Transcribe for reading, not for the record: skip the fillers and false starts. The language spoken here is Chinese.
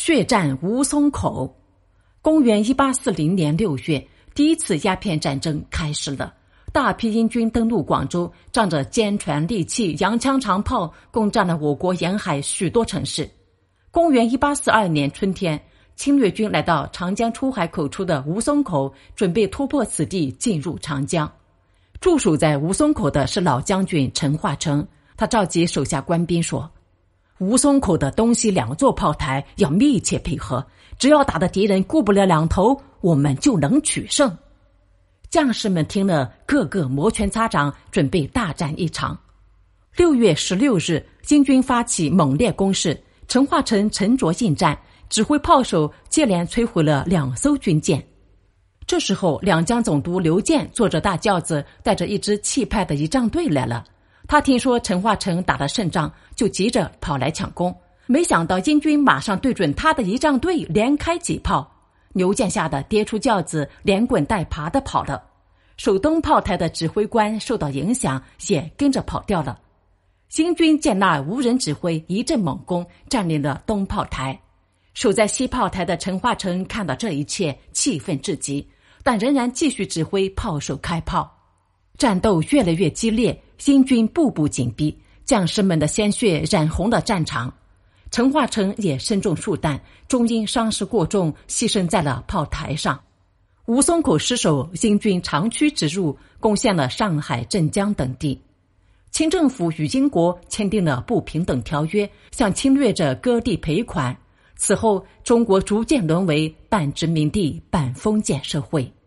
血战吴淞口。公元1840年6月，第一次鸦片战争开始了。大批英军登陆广州，仗着坚船利器、洋枪长炮，攻占了我国沿海许多城市。公元1842年春天，侵略军来到长江出海口处的吴淞口，准备突破此地进入长江。驻守在吴淞口的是老将军陈化成，他召集手下官兵说，吴淞口的东西2座炮台要密切配合，只要打得敌人顾不了2头，我们就能取胜。将士们听了，个个摩拳擦掌，准备大战一场。6月16日，英军发起猛烈攻势，陈化成沉着应战，指挥炮手接连摧毁了2艘军舰。这时候，两江总督刘健坐着大轿子，带着一支气派的仪仗队来了。他听说陈化成打了胜仗，就急着跑来抢功。没想到英军马上对准他的仪仗队连开几炮，刘健吓得跌出轿子，连滚带爬地跑了。守东炮台的指挥官受到影响，也跟着跑掉了。英军见那无人指挥，一阵猛攻，占领了东炮台。守在西炮台的陈化成看到这一切，气愤至极，但仍然继续指挥炮手开炮。战斗越来越激烈，英军步步紧逼，将士们的鲜血染红了战场。陈化成也身中数弹，终因伤势过重，牺牲在了炮台上。吴淞口失守，英军长驱直入，攻陷了上海、镇江等地。清政府与英国签订了不平等条约，向侵略者割地赔款。此后，中国逐渐沦为半殖民地半封建社会。